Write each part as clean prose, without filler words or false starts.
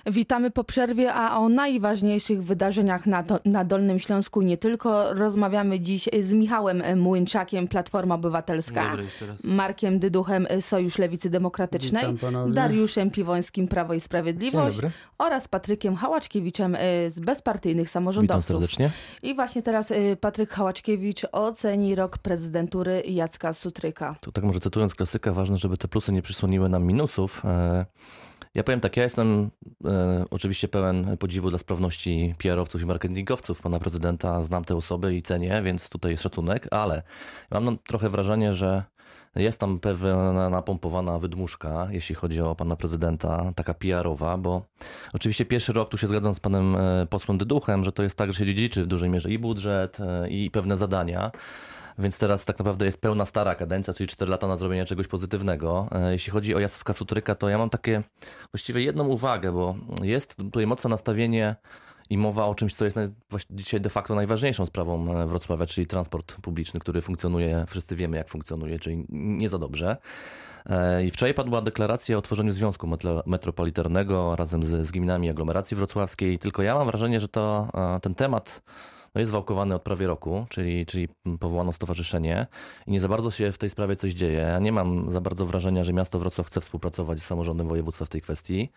Witamy po przerwie, a o najważniejszych wydarzeniach na Dolnym Śląsku nie tylko. Rozmawiamy dziś z Michałem Młyńczakiem, Platforma Obywatelska, Dobry, jeszcze raz. Markiem Dyduchem, Sojusz Lewicy Demokratycznej, Dariuszem Piwońskim, Prawo i Sprawiedliwość oraz Patrykiem Hałaczkiewiczem z Bezpartyjnych Samorządowców. Witam serdecznie. I właśnie teraz Patryk Hałaczkiewicz oceni rok prezydentury Jacka Sutryka. Tu tak może cytując klasyka, ważne, żeby te plusy nie przysłoniły nam minusów. Ja powiem tak, ja jestem oczywiście pełen podziwu dla sprawności PR-owców i marketingowców pana prezydenta. Znam te osoby i cenię, więc tutaj jest szacunek, ale mam trochę wrażenie, że jest tam pewna napompowana wydmuszka, jeśli chodzi o pana prezydenta, taka PR-owa, bo oczywiście pierwszy rok, tu się zgadzam z panem posłem Dyduchem, że to jest tak, że się dziedziczy w dużej mierze i budżet, i pewne zadania. Więc teraz tak naprawdę jest pełna stara kadencja, czyli 4 lata na zrobienie czegoś pozytywnego. Jeśli chodzi o Jacka Sutryka, to ja mam takie właściwie jedną uwagę, bo jest tutaj mocne nastawienie i mowa o czymś, co jest dzisiaj de facto najważniejszą sprawą Wrocławia, czyli transport publiczny, który funkcjonuje, wszyscy wiemy jak funkcjonuje, czyli nie za dobrze. I wczoraj padła deklaracja o tworzeniu związku metropolitarnego razem z gminami aglomeracji wrocławskiej, tylko ja mam wrażenie, że ten temat jest wałkowany od prawie roku, czyli powołano stowarzyszenie i nie za bardzo się w tej sprawie coś dzieje. Ja nie mam za bardzo wrażenia, że miasto Wrocław chce współpracować z samorządem województwa w tej kwestii.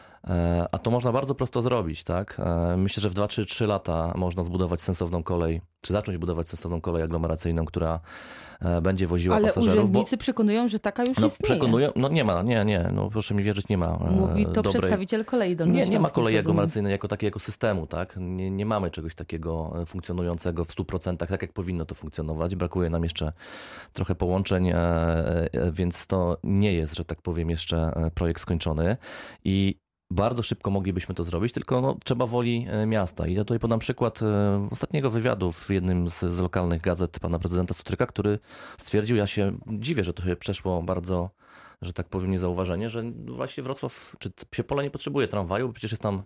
A to można bardzo prosto zrobić, tak? Myślę, że w 2-3 lata można zbudować sensowną kolej, czy zacząć budować sensowną kolej aglomeracyjną, która będzie woziła pasażerów. Ale urzędnicy przekonują, że taka już istnieje. Przekonują, nie ma, proszę mi wierzyć, nie ma. Mówi to przedstawiciel kolei dolnośląskiej. Nie ma kolei aglomeracyjnej jako takiego systemu, tak? Nie mamy czegoś takiego funkcjonującego w 100%, tak jak powinno to funkcjonować. Brakuje nam jeszcze trochę połączeń, więc to nie jest, że tak powiem, jeszcze projekt skończony. I bardzo szybko moglibyśmy to zrobić, tylko trzeba woli miasta. I ja tutaj podam przykład ostatniego wywiadu w jednym z lokalnych gazet pana prezydenta Sutryka, który stwierdził, ja się dziwię, że to się przeszło bardzo, że tak powiem, niezauważenie, że właśnie Wrocław czy Psiepole nie potrzebuje tramwaju, bo przecież jest tam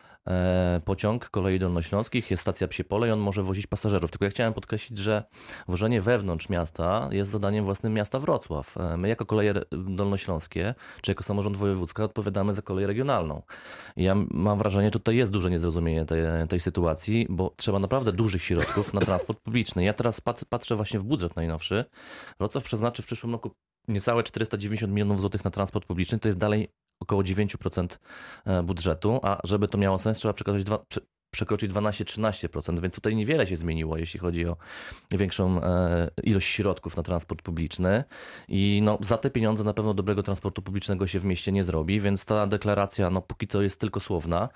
pociąg kolei dolnośląskich, jest stacja Psiepole i on może wozić pasażerów. Tylko ja chciałem podkreślić, że wożenie wewnątrz miasta jest zadaniem własnym miasta Wrocław. My jako koleje dolnośląskie, czy jako samorząd wojewódzki odpowiadamy za kolej regionalną. I ja mam wrażenie, że tutaj jest duże niezrozumienie tej sytuacji, bo trzeba naprawdę dużych środków na transport publiczny. Ja teraz patrzę właśnie w budżet najnowszy. Wrocław przeznaczy w przyszłym roku niecałe 490 milionów złotych na transport publiczny. To jest dalej około 9% budżetu, a żeby to miało sens, trzeba przekroczyć 12-13%, więc tutaj niewiele się zmieniło, jeśli chodzi o większą ilość środków na transport publiczny i za te pieniądze na pewno dobrego transportu publicznego się w mieście nie zrobi, więc ta deklaracja póki co jest tylko słowna.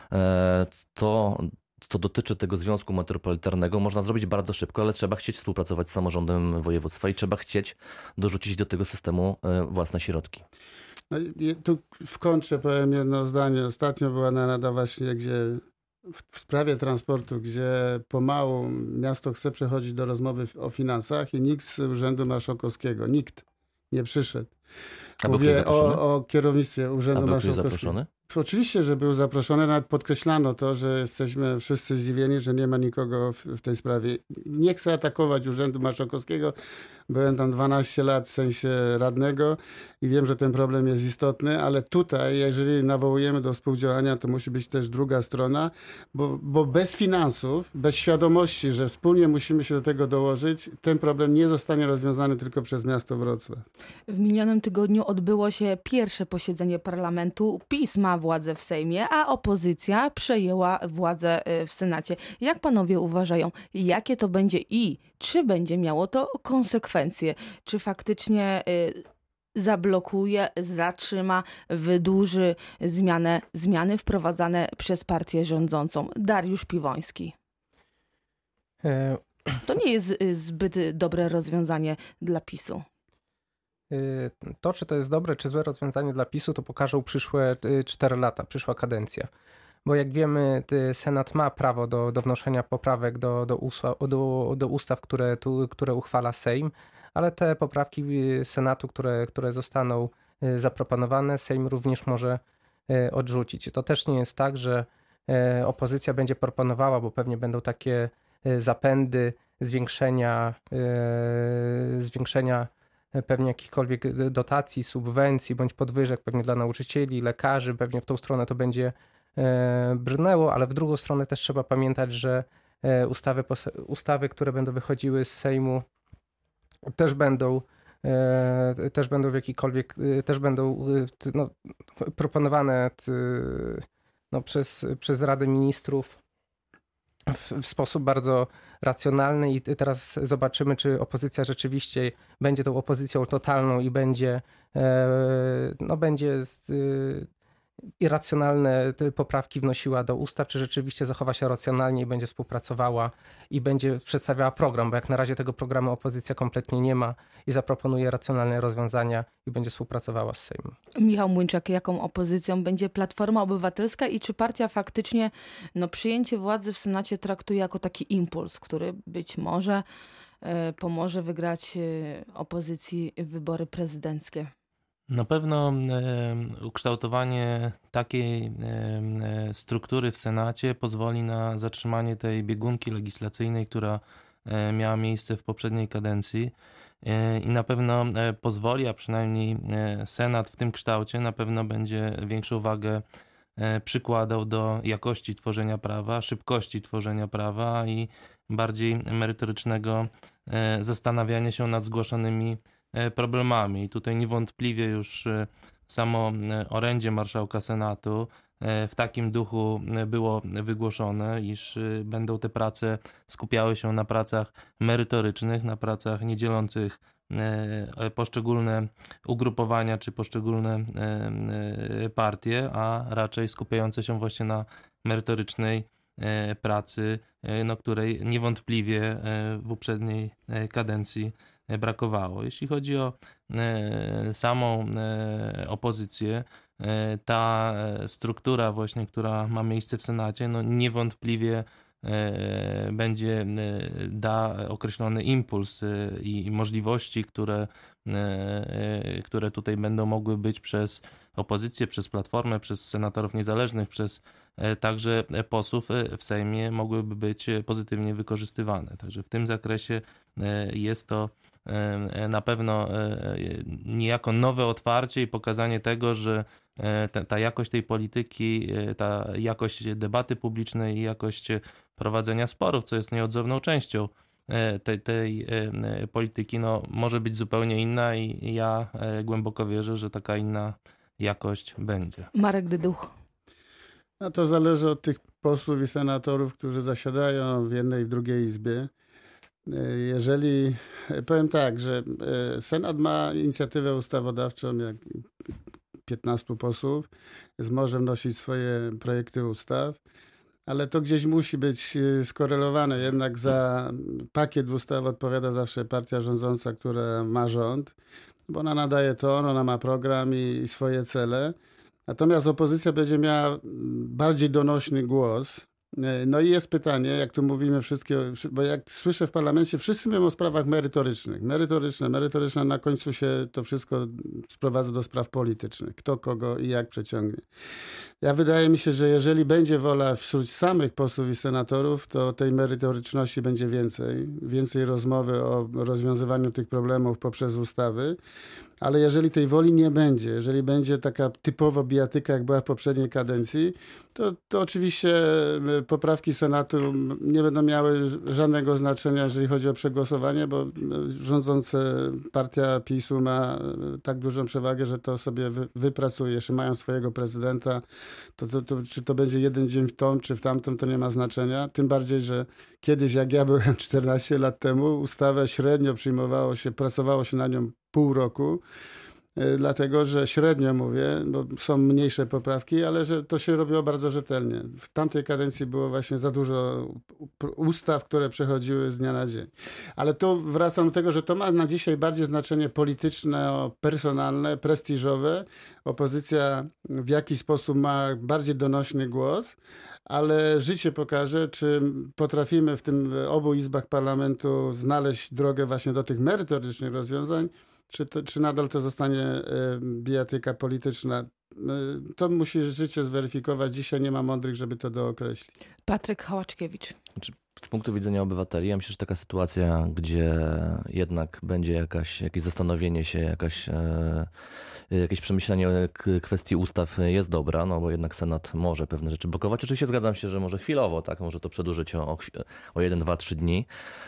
To dotyczy tego związku metropolitarnego, można zrobić bardzo szybko, ale trzeba chcieć współpracować z samorządem województwa i trzeba chcieć dorzucić do tego systemu własne środki. No, tu w kontrze powiem jedno zdanie. Ostatnio była narada właśnie, gdzie w sprawie transportu, gdzie pomału miasto chce przechodzić do rozmowy o finansach i nikt z Urzędu Marszałkowskiego, nikt nie przyszedł. Mówię o kierownictwie Urzędu Marszałkowskiego. Zaproszony? Oczywiście, że był zaproszony, nawet podkreślano to, że jesteśmy wszyscy zdziwieni, że nie ma nikogo w tej sprawie. Nie chcę atakować Urzędu Marszałkowskiego. Byłem tam 12 lat w sensie radnego i wiem, że ten problem jest istotny, ale tutaj, jeżeli nawołujemy do współdziałania, to musi być też druga strona, bo bez finansów, bez świadomości, że wspólnie musimy się do tego dołożyć, ten problem nie zostanie rozwiązany tylko przez miasto Wrocław. W minionym tygodniu odbyło się pierwsze posiedzenie parlamentu. PiS ma władzę w Sejmie, a opozycja przejęła władzę w Senacie. Jak panowie uważają, jakie to będzie i czy będzie miało to konsekwencje? Czy faktycznie zablokuje, zatrzyma, wydłuży zmiany wprowadzane przez partię rządzącą? Dariusz Piwoński. To nie jest zbyt dobre rozwiązanie dla PiS-u. To, czy to jest dobre, czy złe rozwiązanie dla PiS-u, to pokażą przyszłe 4 lata, przyszła kadencja. Bo jak wiemy, Senat ma prawo do wnoszenia poprawek do ustaw, które uchwala Sejm, ale te poprawki Senatu, które zostaną zaproponowane, Sejm również może odrzucić. To też nie jest tak, że opozycja będzie proponowała, bo pewnie będą takie zapędy zwiększenia pewnie jakichkolwiek dotacji, subwencji bądź podwyżek pewnie dla nauczycieli, lekarzy, pewnie w tą stronę to będzie brnęło, ale w drugą stronę też trzeba pamiętać, że ustawy, które będą wychodziły z Sejmu, też będą w jakikolwiek, też będą proponowane przez Radę Ministrów w sposób bardzo racjonalny i teraz zobaczymy, czy opozycja rzeczywiście będzie tą opozycją totalną i będzie irracjonalne poprawki wnosiła do ustaw, czy rzeczywiście zachowa się racjonalnie i będzie współpracowała i będzie przedstawiała program, bo jak na razie tego programu opozycja kompletnie nie ma i zaproponuje racjonalne rozwiązania i będzie współpracowała z Sejmem. Michał Młyńczak, jaką opozycją będzie Platforma Obywatelska i czy partia faktycznie przyjęcie władzy w Senacie traktuje jako taki impuls, który być może pomoże wygrać opozycji wybory prezydenckie? Na pewno ukształtowanie takiej struktury w Senacie pozwoli na zatrzymanie tej biegunki legislacyjnej, która miała miejsce w poprzedniej kadencji i na pewno pozwoli, a przynajmniej Senat w tym kształcie na pewno będzie większą wagę przykładał do jakości tworzenia prawa, szybkości tworzenia prawa i bardziej merytorycznego zastanawiania się nad zgłaszanymi problemami. I tutaj niewątpliwie już samo orędzie marszałka Senatu w takim duchu było wygłoszone, iż będą te prace skupiały się na pracach merytorycznych, na pracach nie dzielących poszczególne ugrupowania czy poszczególne partie, a raczej skupiające się właśnie na merytorycznej pracy, której niewątpliwie w poprzedniej kadencji brakowało. Jeśli chodzi o samą opozycję, ta struktura właśnie, która ma miejsce w Senacie, niewątpliwie da określony impuls i możliwości, które tutaj będą mogły być przez opozycję, przez Platformę, przez senatorów niezależnych, przez także posłów w Sejmie mogłyby być pozytywnie wykorzystywane. Także w tym zakresie jest to na pewno niejako nowe otwarcie i pokazanie tego, że ta jakość tej polityki, ta jakość debaty publicznej i jakość prowadzenia sporów, co jest nieodzowną częścią tej polityki, może być zupełnie inna i ja głęboko wierzę, że taka inna jakość będzie. Marek Dyduch. To zależy od tych posłów i senatorów, którzy zasiadają w jednej i w drugiej izbie. Jeżeli, powiem tak, że Senat ma inicjatywę ustawodawczą, jak 15 posłów, może wnosić swoje projekty ustaw, ale to gdzieś musi być skorelowane. Jednak za pakiet ustaw odpowiada zawsze partia rządząca, która ma rząd, bo ona nadaje ton, ona ma program i swoje cele. Natomiast opozycja będzie miała bardziej donośny głos. I jest pytanie, jak tu mówimy wszystkie, bo jak słyszę w parlamencie, wszyscy mówią o sprawach merytorycznych. Merytoryczne, na końcu się to wszystko sprowadza do spraw politycznych. Kto kogo i jak przeciągnie. Wydaje mi się, że jeżeli będzie wola wśród samych posłów i senatorów, to tej merytoryczności będzie więcej rozmowy o rozwiązywaniu tych problemów poprzez ustawy, ale jeżeli tej woli nie będzie, jeżeli będzie taka typowo bijatyka, jak była w poprzedniej kadencji, to oczywiście poprawki Senatu nie będą miały żadnego znaczenia, jeżeli chodzi o przegłosowanie, bo rządząca partia PiS-u ma tak dużą przewagę, że to sobie wypracuje. Jeśli mają swojego prezydenta, to czy to będzie jeden dzień w tą, czy w tamtą, to nie ma znaczenia. Tym bardziej, że kiedyś, jak ja byłem 14 lat temu, ustawę średnio pracowało się na nią pół roku, dlatego, że średnio mówię, bo są mniejsze poprawki, ale że to się robiło bardzo rzetelnie. W tamtej kadencji było właśnie za dużo ustaw, które przechodziły z dnia na dzień. Ale to wracam do tego, że to ma na dzisiaj bardziej znaczenie polityczne, personalne, prestiżowe. Opozycja w jakiś sposób ma bardziej donośny głos, ale życie pokaże, czy potrafimy w tym obu izbach parlamentu znaleźć drogę właśnie do tych merytorycznych rozwiązań, czy nadal to zostanie bijatyka polityczna. To musi życie zweryfikować. Dzisiaj nie ma mądrych, żeby to dookreślić. Patryk Hałaczkiewicz. Z punktu widzenia obywateli, ja myślę, że taka sytuacja, gdzie jednak będzie jakieś zastanowienie się, jakieś przemyślenie kwestii ustaw jest dobra, no bo jednak Senat może pewne rzeczy blokować. Oczywiście zgadzam się, że może chwilowo, tak, może to przedłużyć o 1, 2, 3 dni.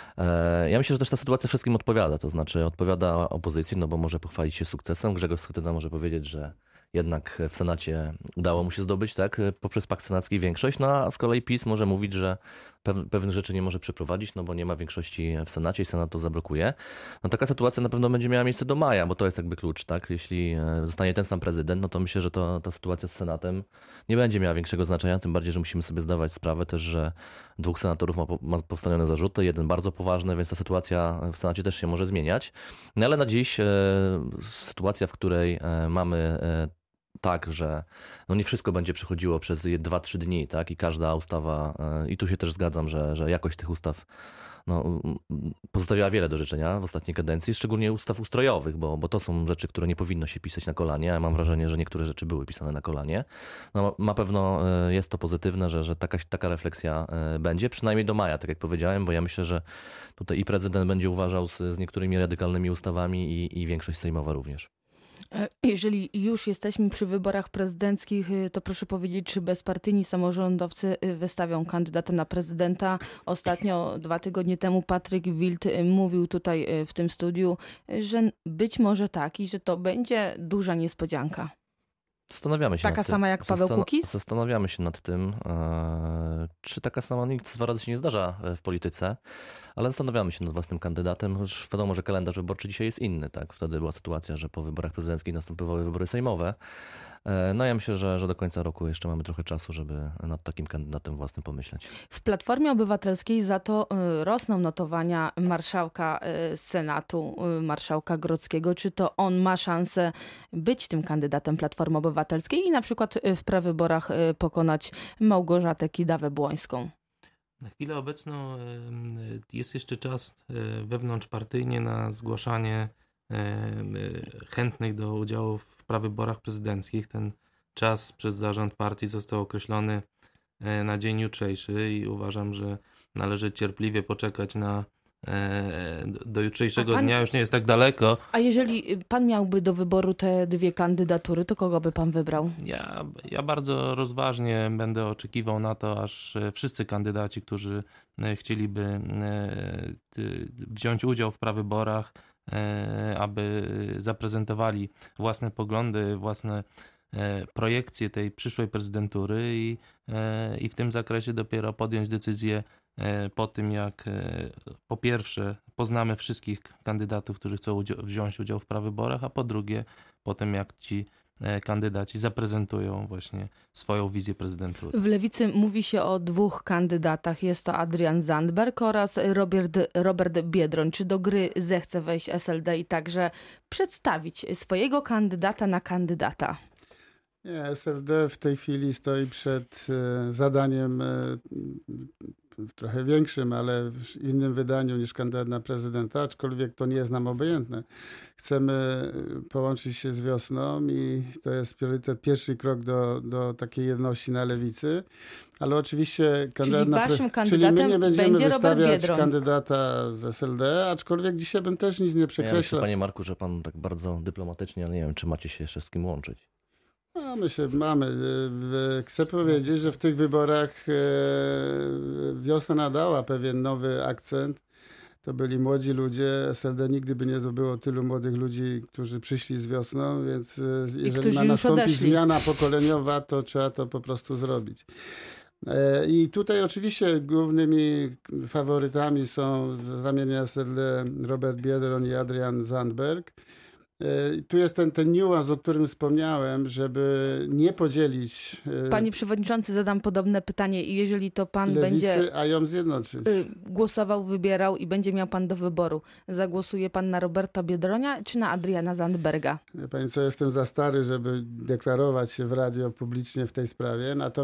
Ja myślę, że też ta sytuacja wszystkim odpowiada, to znaczy odpowiada opozycji, no bo może pochwalić się sukcesem. Grzegorz Schetyna może powiedzieć, że jednak w Senacie udało mu się zdobyć, tak, poprzez pakt senacki większość, no a z kolei PiS może mówić, że pewnych rzeczy nie może przeprowadzić, no bo nie ma większości w Senacie i Senat to zablokuje. No taka sytuacja na pewno będzie miała miejsce do maja, bo to jest jakby klucz, tak? Jeśli zostanie ten sam prezydent, no to myślę, że ta sytuacja z Senatem nie będzie miała większego znaczenia, tym bardziej, że musimy sobie zdawać sprawę też, że 2 senatorów ma postawione zarzuty, jeden bardzo poważny, więc ta sytuacja w Senacie też się może zmieniać. No ale na dziś sytuacja, w której mamy tak, że no nie wszystko będzie przechodziło przez 2-3 dni, tak? I każda ustawa, i tu się też zgadzam, że jakość tych ustaw no, pozostawiała wiele do życzenia w ostatniej kadencji, szczególnie ustaw ustrojowych, bo to są rzeczy, które nie powinno się pisać na kolanie. Ja mam wrażenie, że niektóre rzeczy były pisane na kolanie. No, na pewno jest to pozytywne, że taka refleksja będzie, przynajmniej do maja, tak jak powiedziałem, bo ja myślę, że tutaj i prezydent będzie uważał z niektórymi radykalnymi ustawami i większość sejmowa również. Jeżeli już jesteśmy przy wyborach prezydenckich, to proszę powiedzieć, czy bezpartyjni samorządowcy wystawią kandydata na prezydenta? Ostatnio, 2 tygodnie temu Patryk Wild mówił tutaj w tym studiu, że być może tak i że to będzie duża niespodzianka. Zastanawiamy się Taka nad tym. sama jak Paweł Kukiz? Zastanawiamy się nad tym, czy taka sama, nic 2 razy się nie zdarza w polityce, ale zastanawiamy się nad własnym kandydatem. Już wiadomo, że kalendarz wyborczy dzisiaj jest inny, tak? Wtedy była sytuacja, że po wyborach prezydenckich następowały wybory sejmowe. No ja myślę, że do końca roku jeszcze mamy trochę czasu, żeby nad takim kandydatem własnym pomyśleć. W Platformie Obywatelskiej za to rosną notowania marszałka Senatu, marszałka Grodzkiego. Czy to on ma szansę być tym kandydatem Platformy Obywatelskiej i na przykład w prawyborach pokonać Małgorzatę Kidawę-Błońską? Na chwilę obecną jest jeszcze czas wewnątrzpartyjnie na zgłaszanie chętnych do udziału w prawyborach prezydenckich. Ten czas przez zarząd partii został określony na dzień jutrzejszy i uważam, że należy cierpliwie poczekać do jutrzejszego dnia, już nie jest tak daleko. A jeżeli pan miałby do wyboru te 2 kandydatury, to kogo by pan wybrał? Ja bardzo rozważnie będę oczekiwał na to, aż wszyscy kandydaci, którzy chcieliby wziąć udział w prawyborach, aby zaprezentowali własne poglądy, własne projekcje tej przyszłej prezydentury i w tym zakresie dopiero podjąć decyzję po tym, jak po pierwsze poznamy wszystkich kandydatów, którzy chcą wziąć udział w prawyborach, a po drugie po tym, jak ci kandydaci zaprezentują właśnie swoją wizję prezydentury. W Lewicy mówi się o 2 kandydatach. Jest to Adrian Zandberg oraz Robert Biedroń. Czy do gry zechce wejść SLD i także przedstawić swojego kandydata na kandydata? Nie, SLD w tej chwili stoi przed zadaniem trochę większym, ale w innym wydaniu niż kandydat na prezydenta, aczkolwiek to nie jest nam obojętne. Chcemy połączyć się z Wiosną i to jest priorytet, pierwszy krok do takiej jedności na lewicy, ale oczywiście czyli my nie będziemy będzie wystawiać kandydata z SLD, aczkolwiek dzisiaj bym też nic nie przekreślał. Ja myślę, panie Marku, że pan tak bardzo dyplomatycznie, ale nie wiem, czy macie się jeszcze z kim łączyć. No, my się mamy. Chcę powiedzieć, że w tych wyborach Wiosna nadała pewien nowy akcent. To byli młodzi ludzie. SLD nigdy by nie zdobyło tylu młodych ludzi, którzy przyszli z Wiosną, więc jeżeli ma nastąpić zmiana pokoleniowa, to trzeba to po prostu zrobić. I tutaj oczywiście głównymi faworytami są z ramienia SLD Robert Biedroń i Adrian Zandberg. Tu jest ten niuans, o którym wspomniałem, żeby nie podzielić... Panie przewodniczący, zadam podobne pytanie i jeżeli to pan lewicy, będzie a ją zjednoczyć. Głosował, wybierał i będzie miał pan do wyboru, zagłosuje pan na Roberta Biedronia czy na Adriana Zandberga? Wie pani co, jestem za stary, żeby deklarować się w radio publicznie w tej sprawie, natomiast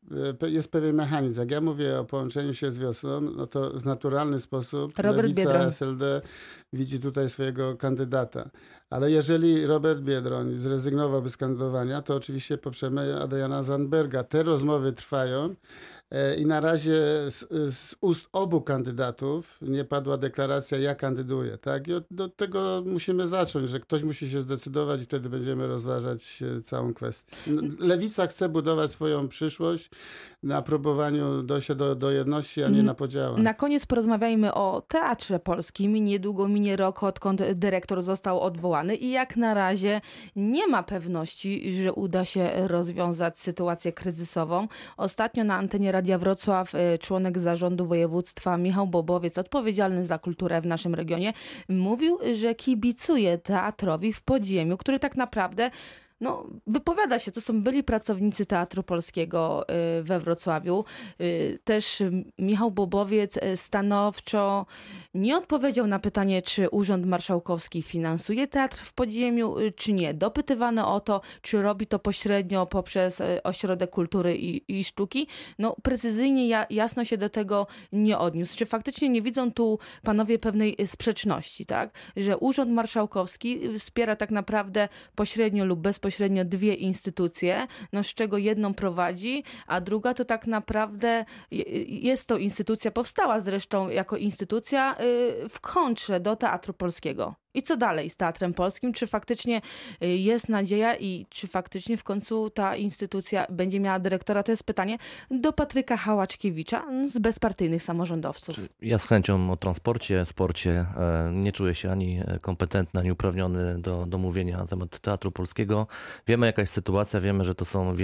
jest pewien mechanizm. Jak ja mówię o połączeniu się z wiosną, no to w naturalny sposób Robert Lewica, Biedroń. SLD widzi tutaj swojego kandydata. Ale jeżeli Robert Biedroń zrezygnowałby z kandydowania, to oczywiście poprzemy Adriana Zandberga. Te rozmowy trwają i na razie z ust obu kandydatów nie padła deklaracja, ja kandyduję. Tak? I od tego musimy zacząć, że ktoś musi się zdecydować i wtedy będziemy rozważać całą kwestię. Lewica chce budować swoją przyszłość na próbowaniu dojść do jedności, a nie na podziałach. Na koniec porozmawiajmy o Teatrze Polskim. Niedługo minie rok, odkąd dyrektor został odwołany i jak na razie nie ma pewności, że uda się rozwiązać sytuację kryzysową. Ostatnio na antenie Radia Wrocław członek zarządu województwa Michał Bobowiec, odpowiedzialny za kulturę w naszym regionie, mówił, że kibicuje teatrowi w podziemiu, który tak naprawdę wypowiada się, to są byli pracownicy Teatru Polskiego we Wrocławiu. Też Michał Bobowiec stanowczo nie odpowiedział na pytanie, czy Urząd Marszałkowski finansuje Teatr w Podziemiu, czy nie. Dopytywany o to, czy robi to pośrednio poprzez Ośrodek Kultury i Sztuki. Precyzyjnie jasno się do tego nie odniósł. Czy faktycznie nie widzą tu panowie pewnej sprzeczności, tak? Że Urząd Marszałkowski wspiera tak naprawdę pośrednio lub bezpośrednio dwie instytucje, z czego jedną prowadzi, a druga to tak naprawdę jest to instytucja, powstała zresztą jako instytucja w kontrze do Teatru Polskiego. I co dalej z Teatrem Polskim? Czy faktycznie jest nadzieja i czy faktycznie w końcu ta instytucja będzie miała dyrektora? To jest pytanie do Patryka Hałaczkiewicza z bezpartyjnych samorządowców. Ja z chęcią o transporcie, sporcie nie czuję się ani kompetentny, ani uprawniony do mówienia na temat Teatru Polskiego. Wiemy, jaka jest sytuacja, wiemy, że to są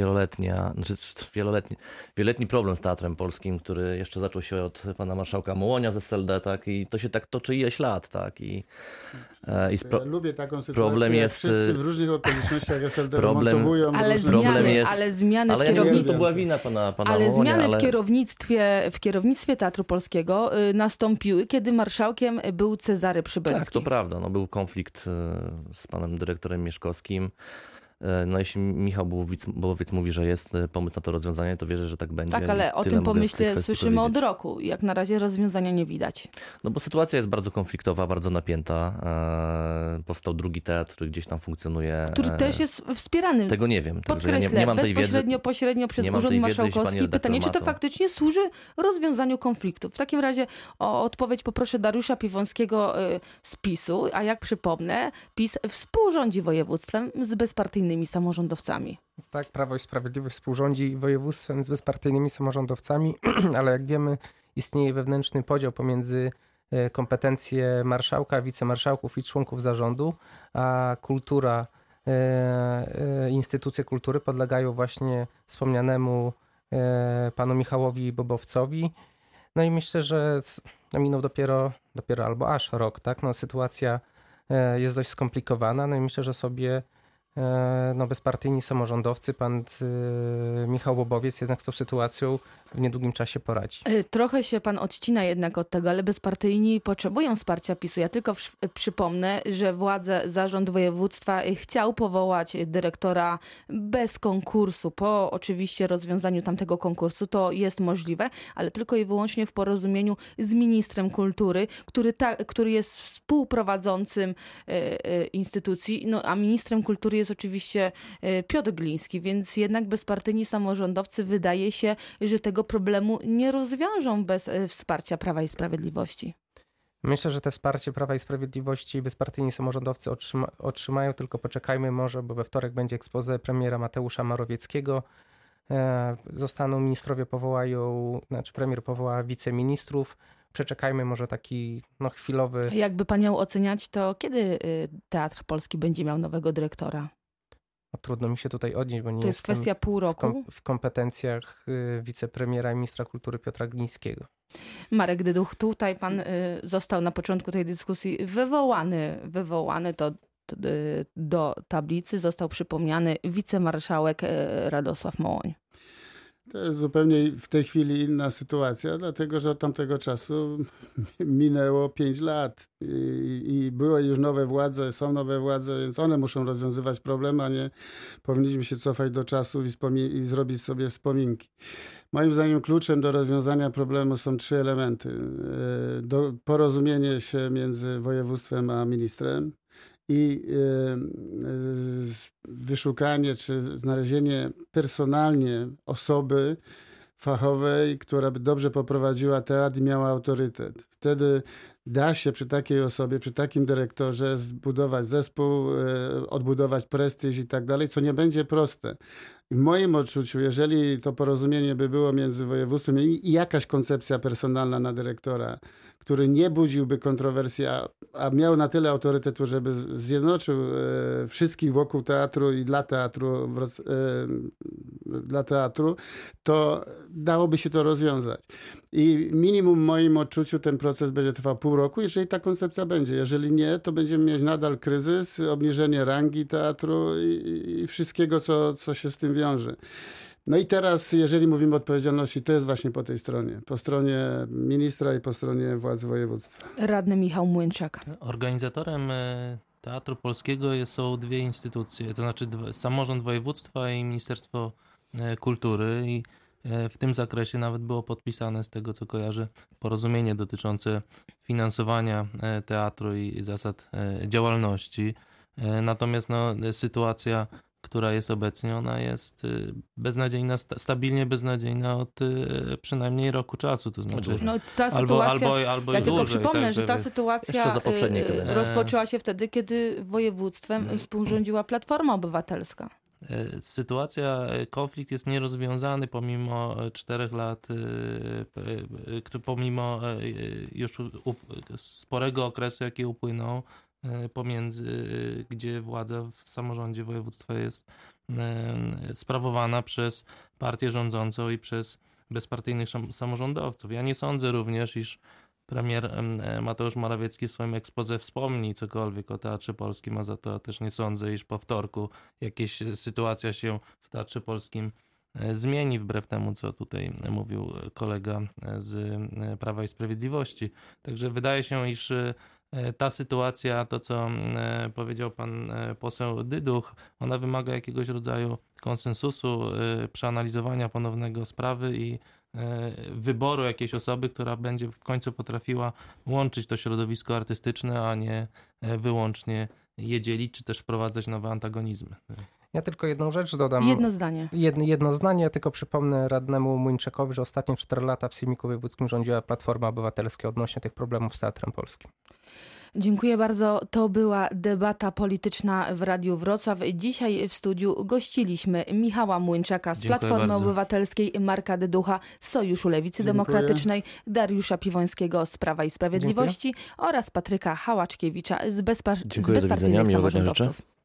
wieloletni problem z Teatrem Polskim, który jeszcze zaczął się od pana marszałka Mołonia z SLD, tak? I to się tak toczy ileś lat, tak? Ja lubię taką sytuację, problem jak jest, wszyscy w różnych okolicznościach SLD problem, remontowują. Ale zmiany ale w kierownictwie... to była wina pana Ale Mołonia, zmiany w kierownictwie Teatru Polskiego nastąpiły, kiedy marszałkiem był Cezary Przybylski. Tak, to prawda. Był konflikt z panem dyrektorem Mieszkowskim. Jeśli Michał Bobowiec mówi, że jest pomysł na to rozwiązanie, to wierzę, że tak będzie. Tak, ale o tym pomyśle słyszymy od roku. Jak na razie rozwiązania nie widać. Bo sytuacja jest bardzo konfliktowa, bardzo napięta. Powstał drugi teatr, który gdzieś tam funkcjonuje. Który też jest wspierany. Tego nie wiem. Podkreślę, nie mam tej wiedzy. Pośrednio przez Urząd Marszałkowski. Pytanie, czy to faktycznie służy rozwiązaniu konfliktu? W takim razie o odpowiedź poproszę Dariusza Piwąskiego z PiS-u, a jak przypomnę, PiS współrządzi województwem z bezpartyjnymi samorządowcami. Tak, Prawo i Sprawiedliwość współrządzi województwem z bezpartyjnymi samorządowcami, ale jak wiemy, istnieje wewnętrzny podział pomiędzy kompetencje marszałka, wicemarszałków i członków zarządu, a kultura, instytucje kultury podlegają właśnie wspomnianemu panu Michałowi Bobowcowi. I myślę, że minął dopiero albo aż rok, tak? Sytuacja jest dość skomplikowana, i myślę, że sobie bezpartyjni samorządowcy, pan Michał Bobowiec jednak z tą sytuacją w niedługim czasie poradzi. Trochę się pan odcina jednak od tego, ale bezpartyjni potrzebują wsparcia PiS-u. Ja tylko przypomnę, że zarząd województwa chciał powołać dyrektora bez konkursu. Po oczywiście rozwiązaniu tamtego konkursu to jest możliwe, ale tylko i wyłącznie w porozumieniu z ministrem kultury, który jest współprowadzącym instytucji, a ministrem kultury jest oczywiście Piotr Gliński, więc jednak bezpartyjni samorządowcy wydaje się, że tego problemu nie rozwiążą bez wsparcia Prawa i Sprawiedliwości. Myślę, że te wsparcie Prawa i Sprawiedliwości bezpartyjni samorządowcy otrzymają, tylko poczekajmy może, bo we wtorek będzie expose premiera Mateusza Morawieckiego. Ministrowie premier powoła wiceministrów. Przeczekajmy może taki chwilowy... Jakby pan miał oceniać, to kiedy Teatr Polski będzie miał nowego dyrektora? Trudno mi się tutaj odnieść, bo nie to jest kwestia pół roku w kompetencjach wicepremiera i ministra kultury Piotra Glińskiego. Marek Dyduch, tutaj pan został na początku tej dyskusji wywołany do tablicy, został przypomniany wicemarszałek Radosław Mołoń. To jest zupełnie w tej chwili inna sytuacja, dlatego że od tamtego czasu minęło 5 lat i były już nowe władze, są nowe władze, więc one muszą rozwiązywać problem, a nie powinniśmy się cofać do czasu i zrobić sobie wspominki. Moim zdaniem kluczem do rozwiązania problemu są 3 elementy. Porozumienie się między województwem a ministrem i wyszukanie czy znalezienie personalnie osoby fachowej, która by dobrze poprowadziła teatr i miała autorytet. Wtedy da się przy takiej osobie, przy takim dyrektorze zbudować zespół, odbudować prestiż i tak dalej, co nie będzie proste. W moim odczuciu, jeżeli to porozumienie by było między województwem i jakaś koncepcja personalna na dyrektora, który nie budziłby kontrowersji, a miał na tyle autorytetu, żeby zjednoczył wszystkich wokół teatru i dla teatru, to dałoby się to rozwiązać. I minimum w moim odczuciu ten proces będzie trwał pół roku, jeżeli ta koncepcja będzie. Jeżeli nie, to będziemy mieć nadal kryzys, obniżenie rangi teatru i wszystkiego, co się z tym wiąże. No i teraz, jeżeli mówimy o odpowiedzialności, to jest właśnie po tej stronie. Po stronie ministra i po stronie władz województwa. Radny Michał Młynczak. Organizatorem Teatru Polskiego są 2 instytucje, to znaczy samorząd województwa i Ministerstwo Kultury i w tym zakresie nawet było podpisane, z tego co kojarzę, porozumienie dotyczące finansowania teatru i zasad działalności. Natomiast sytuacja, która jest obecnie, ona jest beznadziejna, stabilnie beznadziejna od przynajmniej roku czasu. To znaczy ta sytuacja, albo ja i tylko dłużej. przypomnę, że ta sytuacja rozpoczęła się wtedy, kiedy województwem współrządziła Platforma Obywatelska. Sytuacja, konflikt jest nierozwiązany pomimo 4 lat, pomimo już sporego okresu, jaki upłynął gdzie władza w samorządzie województwa jest sprawowana przez partię rządzącą i przez bezpartyjnych samorządowców. Ja nie sądzę również, iż premier Mateusz Morawiecki w swoim exposé wspomni cokolwiek o Teatrze Polskim, a za to też nie sądzę, iż po wtorku jakaś sytuacja się w Teatrze Polskim zmieni, wbrew temu, co tutaj mówił kolega z Prawa i Sprawiedliwości. Także wydaje się, iż ta sytuacja, to co powiedział pan poseł Dyduch, ona wymaga jakiegoś rodzaju konsensusu, przeanalizowania ponownego sprawy i wyboru jakiejś osoby, która będzie w końcu potrafiła łączyć to środowisko artystyczne, a nie wyłącznie je dzielić, czy też wprowadzać nowe antagonizmy. Ja tylko jedną rzecz dodam. Jedno zdanie. Jedno zdanie, ja tylko przypomnę radnemu Młyńczakowi, że ostatnie 4 lata w Sejmiku Wojewódzkim rządziła Platforma Obywatelska odnośnie tych problemów z Teatrem Polskim. Dziękuję bardzo. To była debata polityczna w Radiu Wrocław. Dzisiaj w studiu gościliśmy Michała Młynczaka z Platformy Obywatelskiej, Marka Dyducha z Sojuszu Lewicy Demokratycznej, Dariusza Piwońskiego z Prawa i Sprawiedliwości oraz Patryka Hałaczkiewicza z bezpartyjnych samorządowców.